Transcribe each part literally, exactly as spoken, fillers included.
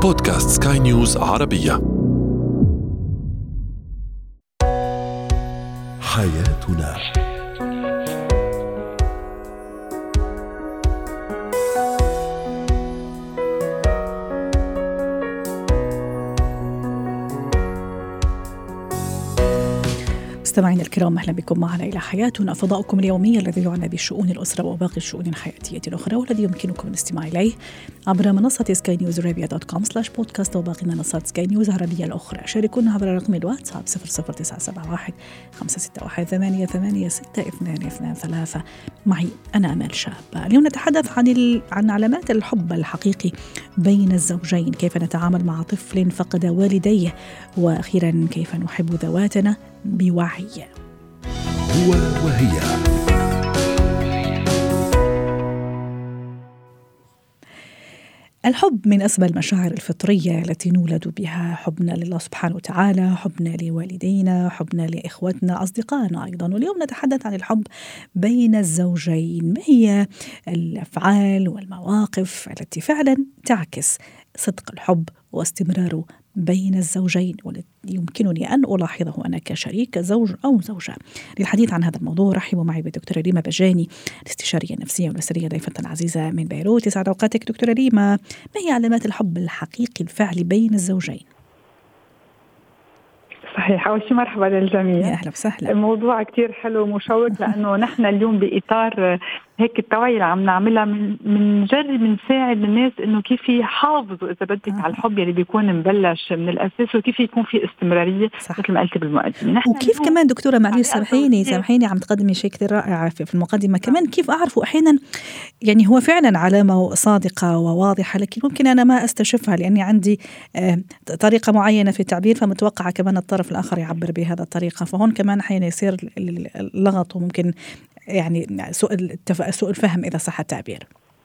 بودكاست سكاي نيوز عربية. حياتنا. مستمعينا الكرام، أهلا بكم معنا إلى حياتنا، فضاؤكم اليومي الذي يعنى بشؤون الأسرة وباقي الشؤون الحياتية الأخرى، والذي يمكنكم الاستماع إليه عبر منصة سكاي نيوز عربية دوت كوم سلاش بودكاست وباقي منصات سكاي نيوز عربية الأخرى. شاركونا عبر رقم الواتساب صفر صفر تسعة سبعة واحد خمسة ستة واحد ثمانية ثمانية ستة اثنان اثنان ثلاثة. معي أنا أمال شاب. اليوم نتحدث عن ال... عن علامات الحب الحقيقي بين الزوجين، كيف نتعامل مع طفل فقد والديه، وأخيرا كيف نحب ذواتنا بوعي. هو وهي. الحب من أسمى المشاعر الفطرية التي نولد بها، حبنا لله سبحانه وتعالى، حبنا لوالدينا، حبنا لإخوتنا، أصدقائنا أيضا. واليوم نتحدث عن الحب بين الزوجين. ما هي الأفعال والمواقف التي فعلا تعكس صدق الحب واستمراره بين الزوجين، ويمكنني أن ألاحظه أنا كشريك زوج أو زوجة؟ للحديث عن هذا الموضوع رحبوا معي بالدكتورة ريما بجاني، الاستشارية النفسية والأسرية، ضيفتنا العزيزة من بيروت. يسعد أوقاتك دكتورة ريما. ما هي علامات الحب الحقيقي الفعلي بين الزوجين؟ صحيح، أول شيء مرحبا للجميع. يا أهلا وسهلا. الموضوع كتير حلو ومشوق، لأنه نحن اليوم بإطار هيك التوعية اللي عم نعملها من من جرب نساعد الناس إنه كيف يحافظوا إذا بدك آه. على الحب اللي بيكون مبلش من الأساس، وكيف يكون في استمرارية مثل ما قلت بالمقدمة. وكيف كمان دكتورة معلش سامحيني سامحيني عم تقدمي شيء كثير رائع في المقدمة كمان، كيف أعرفه أحيانا يعني هو فعلا علامة صادقة وواضحة، لكن ممكن أنا ما استشفها لأني عندي آه طريقة معينة في التعبير، فمتوقعة كمان الطرف الآخر يعبر بهذا الطريقة، فهون كمان أحيانا يصير اللغط وممكن يعني سوء التف... سوء الفهم إذا صح التعبير.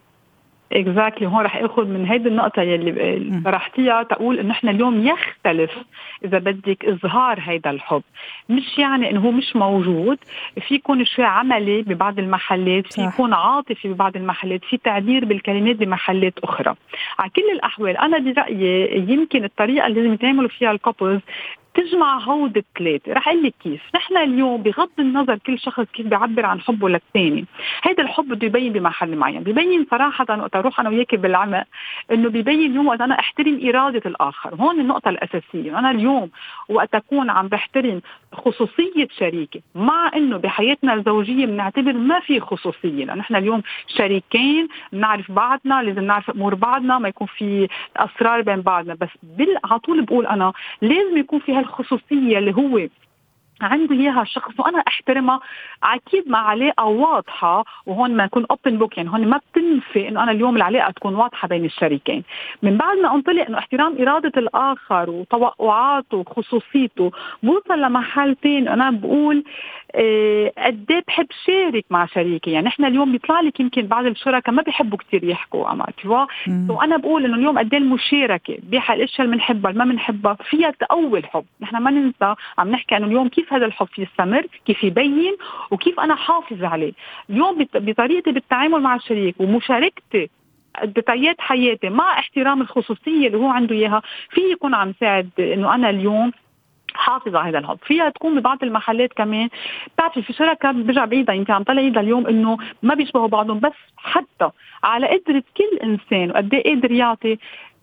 exactly. هون رح أخذ من هيدي النقطة اللي طرحتيها تقول إنه إحنا اليوم يختلف إذا بدك إظهار هيدا الحب، مش يعني إنه هو مش موجود، في يكون شوي عملي ببعض المحلات، في يكون عاطفي ببعض المحلات، في تعبير بالكلمات بمحلات أخرى. على كل الأحوال أنا برأيي يمكن الطريقة اللي لازم يتعاملوا فيها الكابلز تجمع هود الثلاثة. رح أقول لك كيف. نحن اليوم بغض النظر كل شخص كيف بيعبر عن حبه للثاني، هذا الحب بده يبين بمحل معين. بيبين صراحة وقت أروح أنا وياك بالعمق إنه بيبين اليوم وقت أنا أحترم إرادة الآخر. هون النقطة الأساسية. أنا اليوم وقت أكون عم بحترم خصوصية شريكي، مع إنه بحياتنا الزوجية بنعتبر ما في خصوصية، لأن نحن اليوم شريكين بنعرف بعضنا، لازم نعرف أمور بعضنا، ما يكون في أسرار بين بعضنا. بس بالعطول بقول أنا لازم يكون في هالخصوصية اللي هو عنده إياها الشخص وأنا أحترمها، أكيد مع علاقة واضحة. وهون ما يكون open book، يعني هون ما بتنفي إنه أنا اليوم العلاقة تكون واضحة بين الشريكين. من بعد ما أنطلق إنه احترام إرادة الآخر وتوقعاته وخصوصيته، بوصل لمحل تاني أنا بقول إيه قد ايه بحب شارك مع شريكي. يعني إحنا اليوم بيطلع لك يمكن بعض الشركاء ما بيحبوا كتير يحكوا أما توا، وأنا بقول إنه اليوم قد ايه المشاركة بحال الأشياء اللي بنحبها ما بنحبها فيها تقوي الحب. نحن ما ننسى عم نحكي إنه اليوم كيف هذا الحب يستمر، كيف يبين، وكيف أنا حافظ عليه. اليوم بطريقتي بالتعامل مع الشريك ومشاركتي بطريقة حياتي مع احترام الخصوصية اللي هو عنده إياها، فيه يكون عم ساعد إنه أنا اليوم حافظة على هذا الحب. فيها تكون ببعض المحلات كمان بتعرفي في شركة برجع بعيدة، يمكن عم طلع ايدها اليوم انه ما بيشبهوا بعضهم، بس حتى على قدرة كل انسان وقد ايه قادر يعطي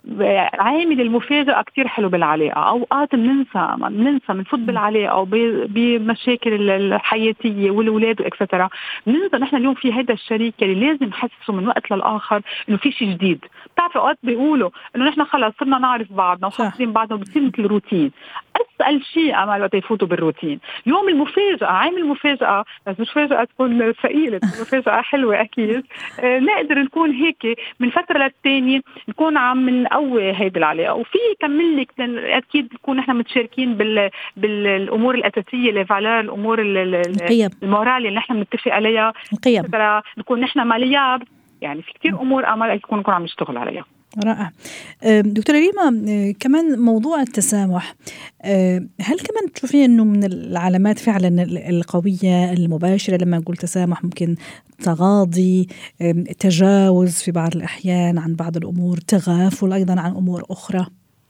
عامل المفاجأة كتير حلو بالعلاقة. أوقات بننسى بننسى بنفوت بالعلاقة أو بمشاكل الحياتية والولاد وإكسترا، بننسى نحن اليوم في هذا الشريك اللي لازم نحسسه من وقت للآخر إنه في شيء جديد. بتعرف أوقات بيقولوا إنه نحن خلاص صرنا نعرف بعضنا وحاسين بعضنا وبتصير مثل روتين. أسأل شيء أمل وقت يفوتوا بالروتين. اليوم المفاجأة، عامل المفاجأة، بس مش فاجأة تكون ثقيلة، مفاجأة حلوة أكيد. آه نقدر نكون هيك من فترة للتانية نكون عم نقوي هيدا العلاقة. وفي كمل لك أكيد نكون نحن متشاركين بال بالأمور الأساسية، الفالور، الأمور المورالية اللي نحن متفق عليها، القيم. نكون نحن مالياب. يعني في كتير أمور أمل يكون نكون عم نشتغل عليها. رائع. دكتورة ريما، كمان موضوع التسامح، هل كمان تشوفين أنه من العلامات فعلا القوية المباشرة لما نقول تسامح ممكن تغاضي، تجاوز في بعض الأحيان عن بعض الأمور، تغافل أيضا عن أمور أخرى؟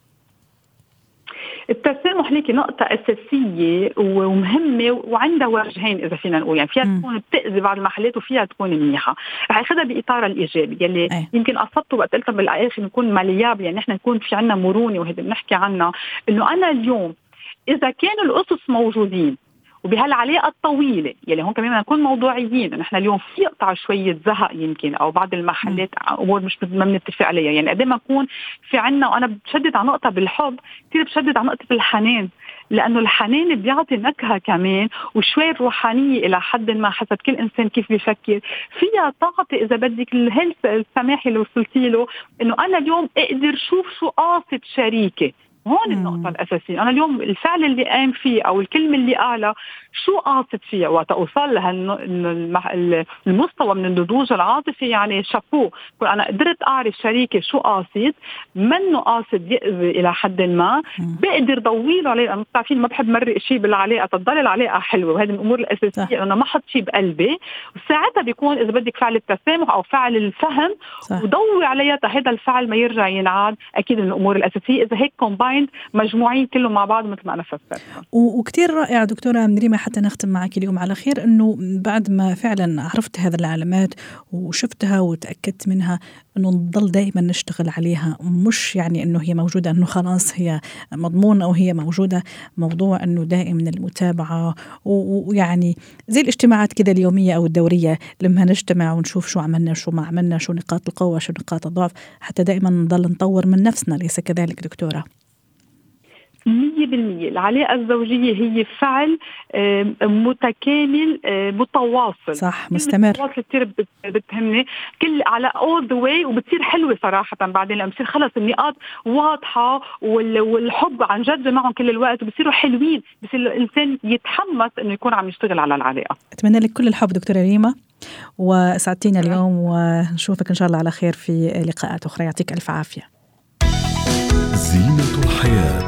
التسامح ليكي نقطة أساسية ومهمة وعندها وجهين إذا فينا نقول، يعني فيها م. تكون بتأذي بعض المحلات وفيها تكون منيحة. رح أخذها بإطار الإيجابي يلي أي. يمكن قصدته وقت قلتها بالآخر نكون ماليابل، يعني نحن نكون في عنا مرونة، وهذا بنحكي عنها إنه أنا اليوم إذا كانوا الأسس موجودين وبهالعلاقة الطويلة يلي هون كمان نكون موضوعيين، نحن اليوم في يقطع شوية زهق يمكن أو بعض المحلات أمور مش ما بنتفق عليها، يعني قد ما نكون في عنا، وأنا بشدد على نقطة بالحب كثير، بشدد على نقطة الحنان، لأنه الحنان بيعطي نكهة كمان وشوية روحانية إلى حد ما حسب كل إنسان كيف بيفكر فيها، تعطي إذا بدك الهلس السماحي اللي وصلتي له، إنه أنا اليوم أقدر شوف شو قاصد شريكي. هون النقطة الأساسية، أنا اليوم الفعل اللي قام فيه أو الكلمة اللي قالها شو قاصد فيها، وتوصل لهالمستوى من النضوج العاطفي، يعني شابو، أنا قدرت أعرف شريكي شو قاصد، منه قاصد يأذي إلى حد ما، بقدر ضويله عليه. أنا مستعفين ما بحب مرق شيء بالعلاقة، تضل العلاقة حلوة، وهذه من الأمور الأساسية، أنا ما حط شيء بقلبي، وساعتها بيكون إذا بدك فعل التسامح أو فعل الفهم، وضوي عليها هذا الفعل ما يرجع ينعاد. أكيد من الأمور الأساسية إذا هيك كومباين مجموعين كلهم مع بعض مثل ما أنا فسرت. وكتير رائع دكتورة ريما، حتى نختم معك اليوم على خير، أنه بعد ما فعلا عرفت هذه العلامات وشفتها وتأكدت منها أنه نضل دائما نشتغل عليها، مش يعني أنه هي موجودة أنه خلاص هي مضمونة أو هي موجودة، موضوع أنه دائما المتابعة، ويعني زي الاجتماعات كذا اليومية أو الدورية لما نجتمع ونشوف شو عملنا شو ما عملنا، شو نقاط القوة شو نقاط الضعف، حتى دائما نضل نطور من نفسنا. ليس كذلك دكتورة؟ مية بالمية العلاقة الزوجية هي فعل متكامل متواصل، صح، مستمر، متواصل كتير بتهمني كل على all the way، وبتصير حلوة صراحة بعدين لما بتصير خلص النقاط واضحة والحب عن جد معهم كل الوقت، وبصيروا حلوين، بصير الإنسان يتحمس إنه يكون عم يشتغل على العلاقة. أتمنى لك كل الحب دكتورة ريما، وسعدتينا اليوم، ونشوفك إن شاء الله على خير في لقاءات أخرى. يعطيك ألف عافية. زينة الحياة.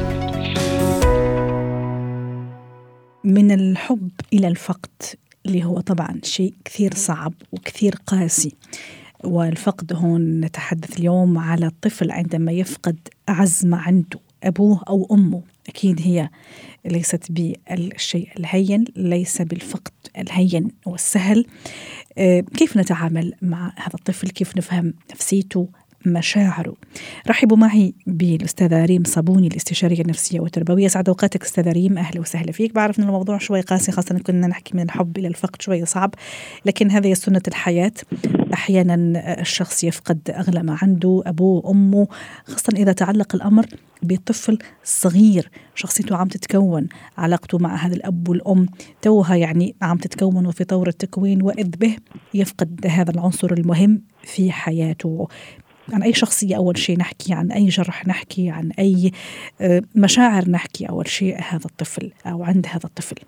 من الحب إلى الفقد، اللي هو طبعا شيء كثير صعب وكثير قاسي، والفقد هون نتحدث اليوم على الطفل عندما يفقد أعز ما عنده، أبوه أو أمه. أكيد هي ليست بالشيء الهين، ليس بالفقد الهين والسهل. كيف نتعامل مع هذا الطفل؟ كيف نفهم نفسيته، مشاعره؟ رحبوا معي بالأستاذة ريم صابوني، الاستشارية النفسية والتربوية. سعد أوقاتك أستاذة ريم، أهلا وسهلا فيك. بعرف أن الموضوع شوي قاسي، خاصة كنا نحكي من الحب إلى الفقد، شوي صعب، لكن هذه سنة الحياة. أحيانا الشخص يفقد أغلى ما عنده، أبوه أمه، خاصة إذا تعلق الأمر بطفل صغير شخصيته عم تتكون، علاقته مع هذا الأب والأم توها يعني عم تتكون وفي طور التكوين، وإذ به يفقد هذا العنصر المهم في حياته. عن أي شخصية أول شيء نحكي، عن أي جرح نحكي، عن أي مشاعر نحكي أول شيء هذا الطفل أو عند هذا الطفل.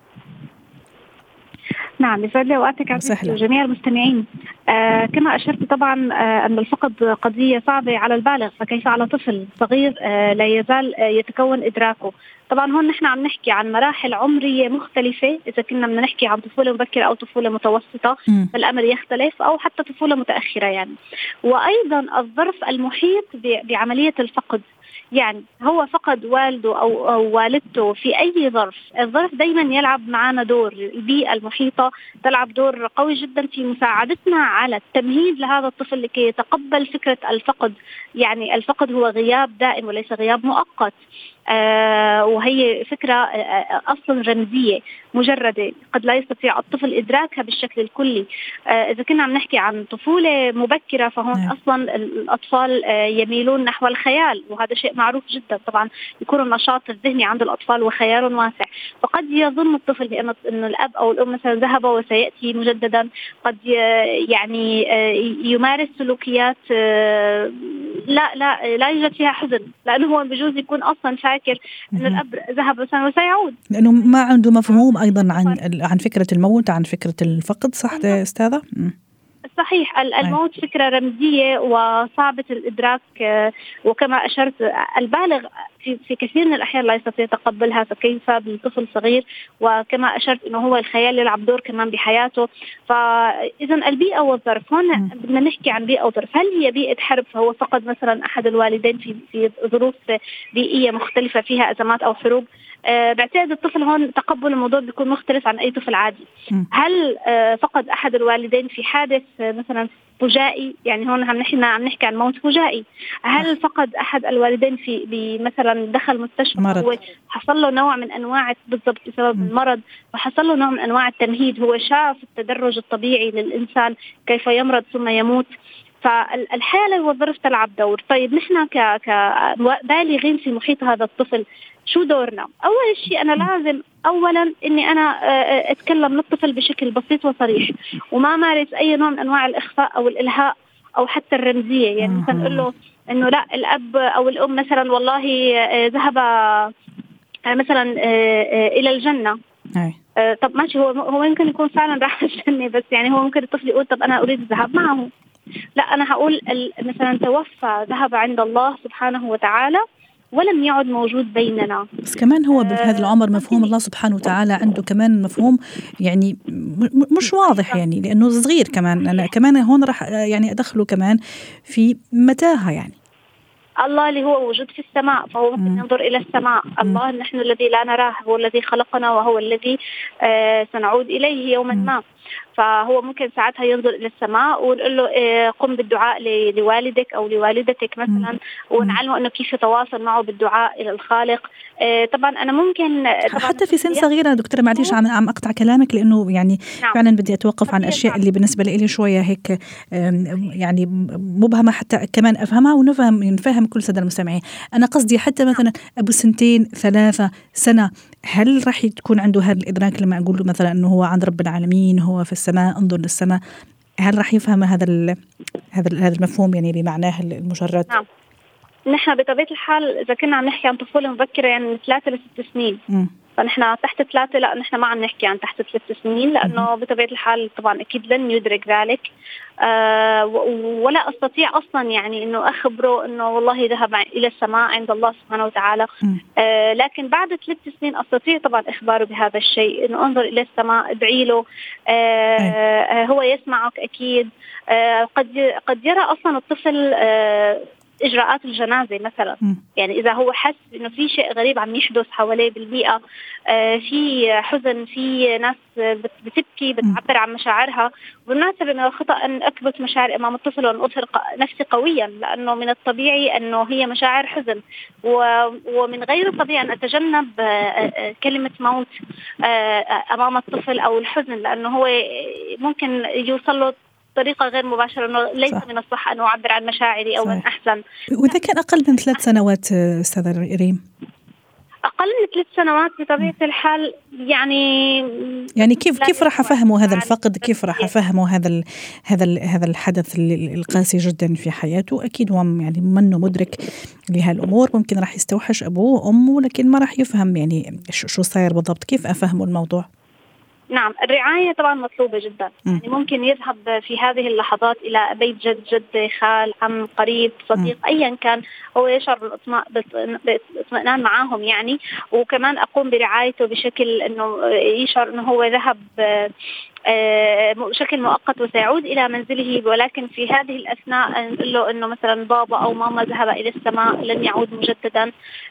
نعم، يسعد لي أوقاتك على جميع المستمعين. آه كما أشرت طبعا آه أن الفقد قضية صعبة على البالغ، فكيف على طفل صغير آه لا يزال آه يتكون إدراكه. طبعا هون نحن عم نحكي عن مراحل عمرية مختلفة، إذا كنا بدنا نحكي عن طفولة مبكرة أو طفولة متوسطة فالأمر يختلف، أو حتى طفولة متأخرة يعني. وأيضا الظرف المحيط بعملية الفقد، يعني هو فقد والده أو, أو والدته في أي ظرف، الظرف دايما يلعب معنا دور، البيئة المحيطة تلعب دور قوي جدا في مساعدتنا على التمهيد لهذا الطفل لكي يتقبل فكرة الفقد. يعني الفقد هو غياب دائم وليس غياب مؤقت، آه وهي فكرة آه أصلا رمزية مجردة قد لا يستطيع الطفل إدراكها بالشكل الكلي. آه إذا كنا عم نحكي عن طفولة مبكرة فهون م. أصلا الأطفال آه يميلون نحو الخيال، وهذا شيء معروف جدا. طبعا يكون النشاط الذهني عند الأطفال وخيال واسع، فقد يظن الطفل بأن أن الأب أو الأم مثلا ذهب وسيأتي مجددا، قد يعني آه يمارس سلوكيات آه لا لا لا يوجد فيها حزن، لأنه هو بجوز يكون أصلا فاكر أن الأب ذهب وسيعود، لأنه ما عنده مفهوم أيضا عن عن فكرة الموت، عن فكرة الفقد. صح ده أستاذة؟ صحيح الموت فكرة رمزية وصعبة الإدراك، وكما أشرت البالغ في في كثير من الأحيان لا يستطيع تقبلها، فكيف بالطفل صغير؟ وكما أشرت إنه هو الخيال يلعب دور كمان بحياته. فإذا البيئة والظرف، هون بدنا نحكي عن بيئة وظرف. هل هي بيئة حرب فهو فقد مثلا أحد الوالدين في في ظروف بيئية مختلفة فيها أزمات أو حروب؟ أه بعتقد الطفل هون تقبل الموضوع بيكون مختلف عن أي طفل عادي. هل أه فقد أحد الوالدين في حادث أه مثلا فجائي؟ يعني هون عم نحكي عم نحكي عن موت فجائي. هل فقد أحد الوالدين في بمثلا دخل مستشفى هو حصل له نوع من أنواع بالضبط بسبب المرض، وحصل له نوع من أنواع التمهيد، هو شاف التدرج الطبيعي للإنسان كيف يمرض ثم يموت. فالحالة والظرف تلعب دور. طيب نحن كبالغين في محيط هذا الطفل شو دورنا؟ أول شيء أنا لازم أولا إني أنا أتكلم للطفل بشكل بسيط وصريح، وما مارس أي نوع من أنواع الإخفاء أو الإلهاء أو حتى الرمزية. يعني مثلا نقول له إنه لا الأب أو الأم مثلا والله ذهب مثلا إلى الجنة. طب ماشي، هو هو يمكن يكون فعلا راح الجنة، بس يعني هو ممكن الطفل يقول طب أنا أريد الذهاب معه. لا، أنا هقول مثلا توفى ذهب عند الله سبحانه وتعالى ولم يعد موجود بيننا. بس كمان هو بهذا العمر مفهوم الله سبحانه وتعالى عنده كمان مفهوم يعني مش واضح، يعني لأنه صغير كمان. أنا كمان هون راح يعني أدخله كمان في متاهة. يعني الله اللي هو وجود في السماء، فهو ممكن ينظر إلى السماء. الله نحن الذي لا نراه هو الذي خلقنا وهو الذي آه سنعود إليه يوما ما. فهو ممكن ساعتها ينظر إلى السماء ونقول له إيه قم بالدعاء لوالدك أو لوالدتك مثلا، ونعلمه أنه كيف يتواصل معه بالدعاء إلى الخالق. إيه طبعا أنا ممكن طبعاً حتى في سن صغيرة دكتورة، معليش عم عم أقطع كلامك لأنه يعني نعم. فعلا بدي أتوقف عن أشياء اللي بالنسبة لي شوية هيك يعني مبهمة حتى كمان أفهمها ونفهم نفهم كل سادة المستمعين. أنا قصدي حتى مثلا أبو سنتين ثلاثة سنة، هل راح تكون عنده هذا الإدراك لما أقول له مثلا أنه هو عند رب العالمين، هو في السماء، انظر للسماء؟ هل راح يفهم هذا هذا هذا المفهوم يعني بمعناه المجرد؟ نعم. نحن بطبيعة الحال إذا كنا عم نحكي عن طفولة مبكرة يعني من ثلاثة لست سنين، م. فنحن تحت ثلاثة لا نحن ما عم نحكي عن تحت ثلاث سنين، لأنه م. بطبيعة الحال طبعا أكيد لن يدرك ذلك. آه ولا أستطيع أصلا يعني إنه أخبره إنه والله ذهب إلى السماء عند الله سبحانه وتعالى. آه لكن بعد ثلاث سنين أستطيع طبعا إخباره بهذا الشيء، إنه انظر إلى السماء، ادعي له، آه آه هو يسمعك أكيد. آه قد قد يرى أصلا الطفل آه إجراءات الجنازة مثلا. م. يعني إذا هو حس إنه في شيء غريب عم يحدث حواليه بالبيئة، آه في حزن، في ناس بتبكي بتعبر عن مشاعرها. بالمناسبة من الخطأ أن أكبت مشاعر أمام الطفل وأن أظهر نفسي قويا، لأنه من الطبيعي أنه هي مشاعر حزن، ومن غير الطبيعي أن أتجنب آه كلمة موت آه أمام الطفل أو الحزن، لأنه هو ممكن يوصل له طريقة غير مباشرة أنه ليس صح. من الصح أن أعبر عن مشاعري أو أن أحزن. وإذا كان أقل من ثلاث سنوات أستاذة ريم؟ أقل من ثلاث سنوات بطبيعة الحال يعني يعني كيف كيف راح أفهموا هذا الفقد؟ كيف راح أفهموا هذا ال هذا ال هذا الحدث القاسي جدا في حياته؟ أكيد هو يعني منه مدرك لهالأمور، ممكن راح يستوحش أبوه وأمه لكن ما راح يفهم يعني شو صاير بالضبط. كيف أفهموا الموضوع؟ نعم، الرعاية طبعا مطلوبة جدا. م. يعني ممكن يذهب في هذه اللحظات إلى بيت جد، جد، خال، عم، قريب، صديق، م. أيا كان، هو يشعر باطمئنان معاهم يعني. وكمان أقوم برعايته بشكل أنه يشعر أنه هو ذهب بشكل مؤقت وسيعود إلى منزله، ولكن في هذه الأثناء نقول له أنه مثلا بابا أو ماما ذهب إلى السماء لن يعود مجددا،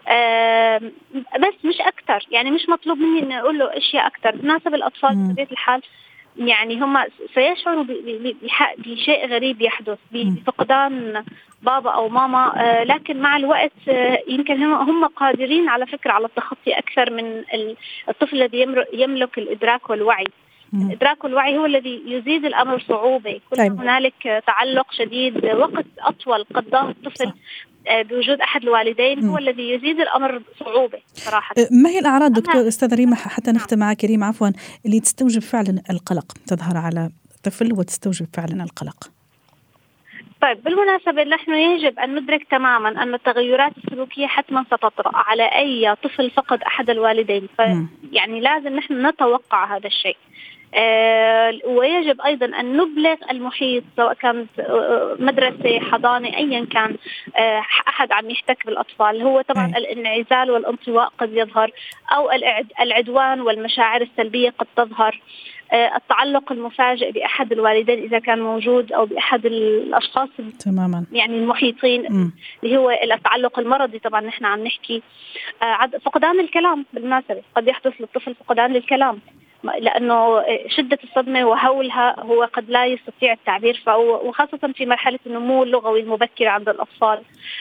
بس مش أكثر. يعني مش مطلوب مني أن أقول له أشياء أكثر. بالنسبة للأطفال بطبيعة الحال يعني هم سيشعروا بشيء غريب يحدث، بفقدان بابا أو ماما، لكن مع الوقت يمكن هم قادرين على فكرة على التخطي أكثر من الطفل الذي يملك الإدراك والوعي. الإدراك والوعي هو الذي يزيد الأمر صعوبة. كل طيب. هنالك تعلق شديد، وقت أطول قضاه الطفل بوجود أحد الوالدين هو م. الذي يزيد الأمر صعوبة صراحة. ما هي الأعراض دكتور أستاذة ريم حتى نختم معك ريم عفوا اللي تستوجب فعلا القلق، تظهر على الطفل وتستوجب فعلا القلق؟ طيب بالمناسبة نحن يجب أن ندرك تماما أن التغيرات السلوكية حتما ستطرأ على أي طفل فقد أحد الوالدين، يعني لازم نحن نتوقع هذا الشيء. ويجب أيضا أن نبلغ المحيط سواء كانت مدرسة حضانة أيا كان أحد عم يحتك بالأطفال. هو طبعا الانعزال والانطواء قد يظهر، أو العدوان والمشاعر السلبية قد تظهر، التعلق المفاجئ بأحد الوالدين إذا كان موجود أو بأحد الأشخاص تماما يعني المحيطين م. اللي هو التعلق المرضي. طبعا نحن عم نحكي فقدان الكلام. بالمناسبة قد يحدث للطفل فقدان للكلام لأنه شدة الصدمة وهولها هو قد لا يستطيع التعبير، وخاصة في مرحلة النمو اللغوي المبكر عند الأطفال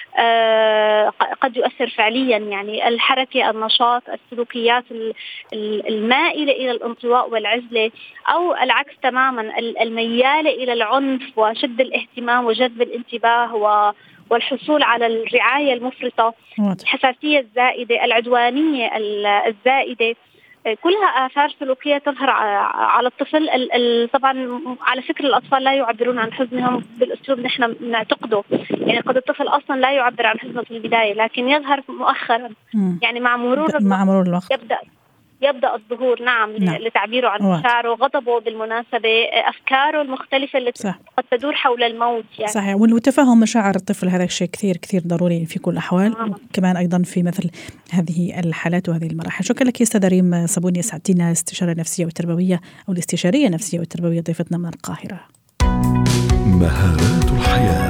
قد يؤثر فعليا. يعني الحركة، النشاط، السلوكيات المائلة إلى الانطواء والعزلة، أو العكس تماما الميالة إلى العنف وشد الاهتمام وجذب الانتباه والحصول على الرعاية المفرطة، الحساسية الزائدة، العدوانية الزائدة، كلها آثار سلوكية تظهر على الطفل. طبعا على فكرة الأطفال لا يعبرون عن حزنهم بالأسلوب نحن نعتقده. يعني قد الطفل أصلا لا يعبر عن حزنه في البداية، لكن يظهر مؤخرا. يعني مع مرور مع مرور الوقت يبدأ يبدأ الظهور نعم, نعم. لتعبيره عن مشاعره، غضبه بالمناسبة، أفكاره المختلفة اللي صح. قد تدور حول الموت يعني. صحيح. وتفهم مشاعر الطفل هذا الشيء كثير كثير ضروري في كل الأحوال، آه. كمان أيضا في مثل هذه الحالات وهذه المراحل. شكرا لك يا أستاذة ريم صابوني، ساعتنا استشارة نفسية وتربوية أو الاستشارية النفسية والتربوية ضيفتنا من القاهرة. مهارات الحياة.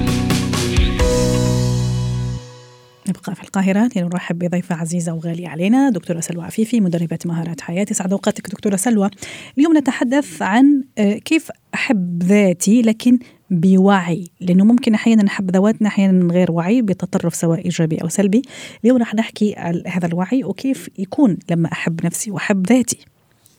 نبقى في القاهرة لنرحب بضيفة عزيزة وغالية علينا، دكتورة سلوى عفيفي، مدربة مهارات حياة. يسعد أوقاتك دكتورة سلوى. اليوم نتحدث عن كيف أحب ذاتي لكن بوعي، لأنه ممكن أحيانا نحب ذواتنا أحيانا من غير وعي بتطرف سواء إيجابي أو سلبي. اليوم رح نحكي عن هذا الوعي وكيف يكون لما أحب نفسي وأحب ذاتي.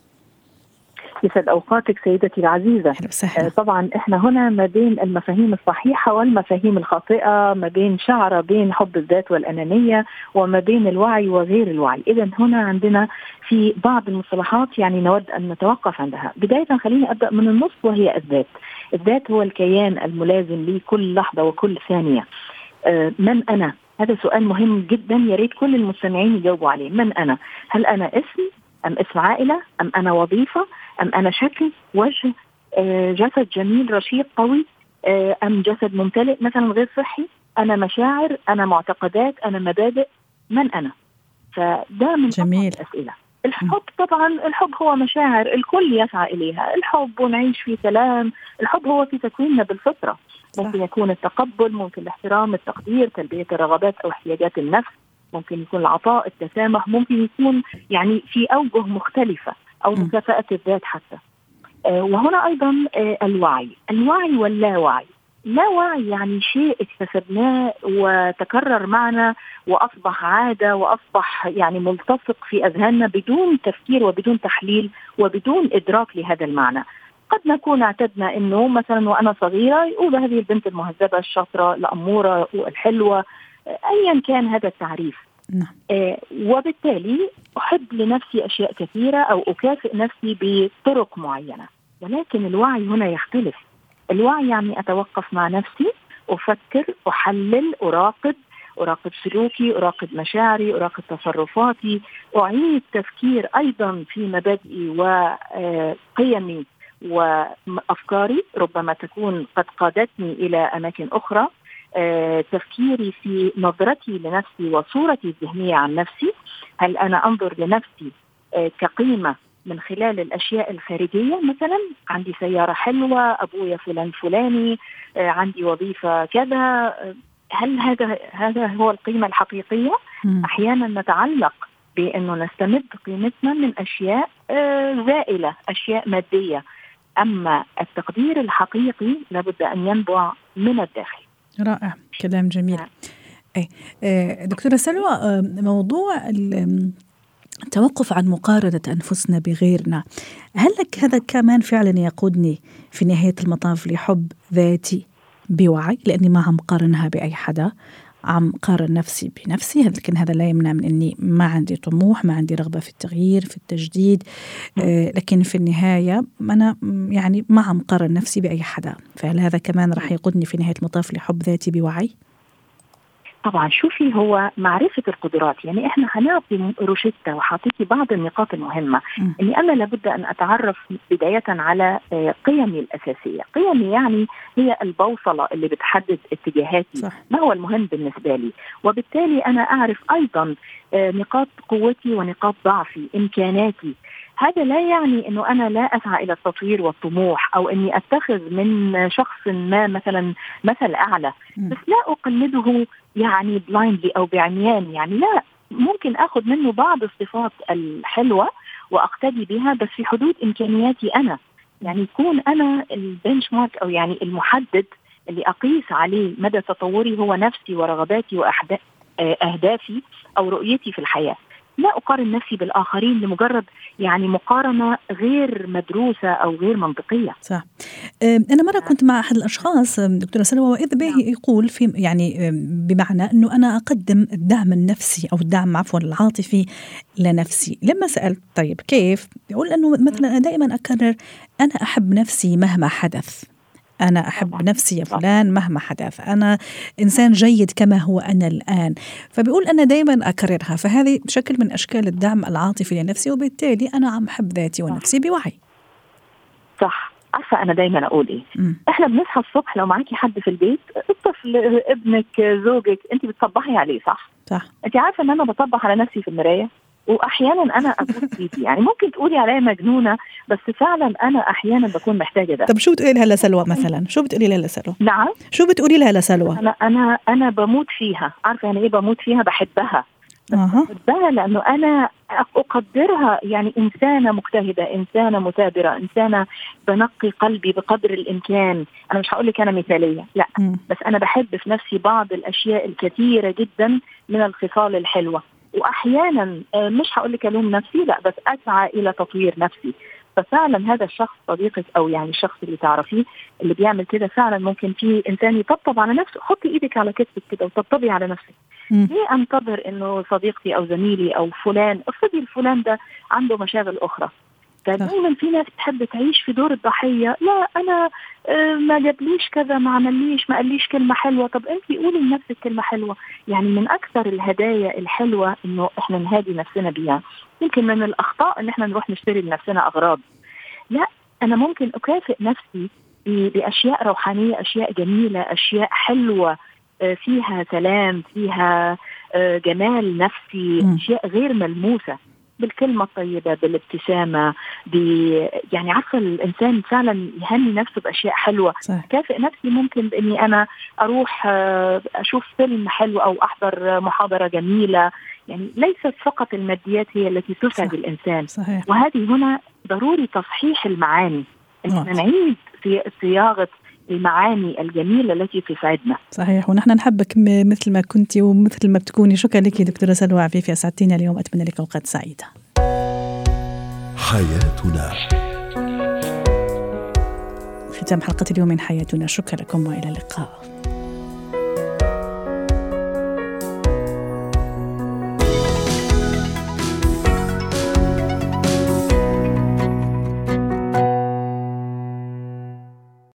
يسعد أوقاتك سيدتي العزيزة. آه طبعا إحنا هنا ما بين المفاهيم الصحيحة والمفاهيم الخاطئة، ما بين شعرة بين حب الذات والأنانية وما بين الوعي وغير الوعي. إذن هنا عندنا في بعض المصطلحات يعني نود أن نتوقف عندها. بداية خليني أبدأ من النص وهي الذات. الذات هو الكيان الملازم لي كل لحظة وكل ثانية. آه من أنا؟ هذا سؤال مهم جدا، يريد كل المستمعين يجاوبوا عليه. من أنا؟ هل أنا اسم أم اسم عائلة أم أنا وظيفة أم أنا شكل وجه آه جسد جميل رشيق قوي آه أم جسد ممتلئ مثلا غير صحي؟ أنا مشاعر، أنا معتقدات، أنا مبادئ. من أنا؟ فده من جميل. الأسئلة. الحب طبعا الحب هو مشاعر الكل يسعى إليها، الحب ونعيش في سلام. الحب هو في تكويننا بالفطرة. ممكن يكون التقبل، ممكن الاحترام، التقدير، تلبية الرغبات أو احتياجات النفس، ممكن يكون العطاء، التسامح، ممكن يكون يعني في أوجه مختلفة أو مكافأة الذات حتى. آه وهنا أيضا آه الوعي. الوعي واللاوعي. لا وعي يعني شيء اكتسبناه وتكرر معنا وأصبح عادة وأصبح يعني ملتصق في أذهاننا بدون تفكير وبدون تحليل وبدون إدراك لهذا المعنى. قد نكون اعتدنا إنه مثلا وأنا صغيرة يقول هذه البنت المهذبة الشاطرة الأمورة الحلوة، أيا كان هذا التعريف. نعم. آه وبالتالي أحب لنفسي أشياء كثيرة أو أكافئ نفسي بطرق معينة. ولكن الوعي هنا يختلف. الوعي يعني أتوقف مع نفسي، أفكر، أحلل، أراقب أراقب سلوكي، أراقب مشاعري، أراقب تصرفاتي، أعيد تفكير أيضا في مبادئي وقيمي وأفكاري ربما تكون قد قادتني إلى أماكن أخرى. آه، تفكيري في نظرتي لنفسي وصورتي الذهنية عن نفسي. هل أنا أنظر لنفسي آه، كقيمة من خلال الأشياء الخارجية؟ مثلا عندي سيارة حلوة، أبويا فلان فلاني، آه، عندي وظيفة كذا. آه، هل هذا هذا هو القيمة الحقيقية؟ م. أحيانا نتعلق بأنه نستمد قيمتنا من أشياء آه، زائلة، أشياء مادية. أما التقدير الحقيقي لابد أن ينبع من الداخل. رائع، كلام جميل. أي دكتورة سلوى، موضوع التوقف عن مقارنة أنفسنا بغيرنا، هل لك هذا كمان فعلا يقودني في نهاية المطاف لحب ذاتي بوعي؟ لأني ما عم قارنها بأي حدا، عم قارن نفسي بنفسي، لكن هذا لا يمنع من أني ما عندي طموح، ما عندي رغبة في التغيير، في التجديد، آه لكن في النهاية أنا يعني ما عم قارن نفسي بأي حدا. فهل هذا كمان رح يقودني في نهاية المطاف لحب ذاتي بوعي؟ طبعا شوفي، هو معرفة القدرات. يعني احنا هنعطي روشتة وحاعطيكي بعض النقاط المهمة. م. اني انا لابد ان اتعرف بداية على قيمي الاساسية. قيمي يعني هي البوصلة اللي بتحدد اتجاهاتي، صح. ما هو المهم بالنسبة لي، وبالتالي انا اعرف ايضا نقاط قوتي ونقاط ضعفي، امكاناتي. هذا لا يعني انه انا لا اسعى الى التطوير والطموح، او اني اتخذ من شخص ما مثلا مثل اعلى، بس لا اقلده يعني بلايندلي او بعميان. يعني لا، ممكن اخذ منه بعض الصفات الحلوه واقتدي بها، بس في حدود امكانياتي انا. يعني يكون انا البنش مارك او يعني المحدد اللي اقيس عليه مدى تطوري هو نفسي ورغباتي واهدافي او رؤيتي في الحياه. لا أقارن نفسي بالآخرين لمجرد يعني مقارنة غير مدروسة أو غير منطقية. صح. أنا مرة كنت مع أحد الأشخاص دكتورة سلوى، وإذ به يقول في يعني بمعنى أنه أنا أقدم الدعم النفسي أو الدعم عفوا العاطفي لنفسي. لما سألت طيب كيف، يقول أنه مثلا أنا دائما أكرر أنا أحب نفسي مهما حدث، أنا أحب نفسي يا فلان مهما حدث، أنا إنسان جيد كما هو أنا الآن. فبيقول أنا دايما أكررها، فهذه شكل من أشكال الدعم العاطفي لنفسي، وبالتالي أنا عم أحب ذاتي ونفسي بوعي. صح. عارفة أنا دايما أقول إيه؟ م. إحنا بنصحى الصبح، لو معاكي حد في البيت، الطفل، ابنك، زوجك، أنت بتصبحي عليه، صح؟ صح. أنت عارفة أن أنا بصبح على نفسي في المراية، واحيانا انا اكون فيدي. يعني ممكن تقولي عليا مجنونه، بس فعلا انا احيانا بكون محتاجه ده. طب شو بتقولي لها لسلوى مثلا؟ شو بتقولي لها لسلوى؟ نعم، شو بتقولي لها لسلوى؟ انا انا انا بموت فيها. عارفه يعني ايه بموت فيها؟ بحبها. أه. بحبها لانه انا اقدرها، يعني انسانه مجتهده، انسانه مثابره، انسانه بنقي قلبي بقدر الامكان. انا مش هقول لك انا مثاليه، لا، م. بس انا بحب في نفسي بعض الاشياء الكثيره جدا من الخصال الحلوه. واحيانا مش هقول لك الوم نفسي، لا، بس اسعى الى تطوير نفسي. ففعلا هذا الشخص صديقك او يعني الشخص اللي تعرفيه اللي بيعمل كده، فعلا ممكن في انسان يطبطب على نفسه. حطي ايدك على كتفك كده وطبطبي على نفسك. ليه انتظر انه صديقتي او زميلي او فلان، افرضي الفلان ده عنده مشاغل اخرى؟ فدايما في ناس تحب تعيش في دور الضحيه. لا، انا ما جابليش كذا، ما عمليش، ما قاليش كلمه حلوه. طب انتي قولي لنفسك كلمه حلوه. يعني من اكثر الهدايا الحلوه انه احنا نهادي نفسنا بيها. يمكن من الاخطاء ان احنا نروح نشتري لنفسنا اغراض. لا، انا ممكن اكافئ نفسي باشياء روحانيه، اشياء جميله، اشياء حلوه فيها سلام، فيها جمال نفسي، اشياء غير ملموسه، بالكلمة الطيبة، بالابتسامة، ب... يعني عارفة الإنسان فعلا يهني نفسه بأشياء حلوة. كافئ نفسي ممكن بإني أنا أروح أشوف فيلم حلو أو أحضر محاضرة جميلة. يعني ليست فقط الماديات هي التي تسعد الإنسان. صحيح. وهذه هنا ضروري تصحيح المعاني، إن نعيد في صياغة المعاني الجميلة التي تسعدنا. صحيح. ونحن نحبك مثل ما كنتي ومثل ما بتكوني. شكرا لك دكتورة سلوى عفيفي، أسعدتينا اليوم، أتمنى لك أوقات سعيدة. حياتنا، ختام حلقة اليوم من حياتنا. شكرا لكم وإلى اللقاء.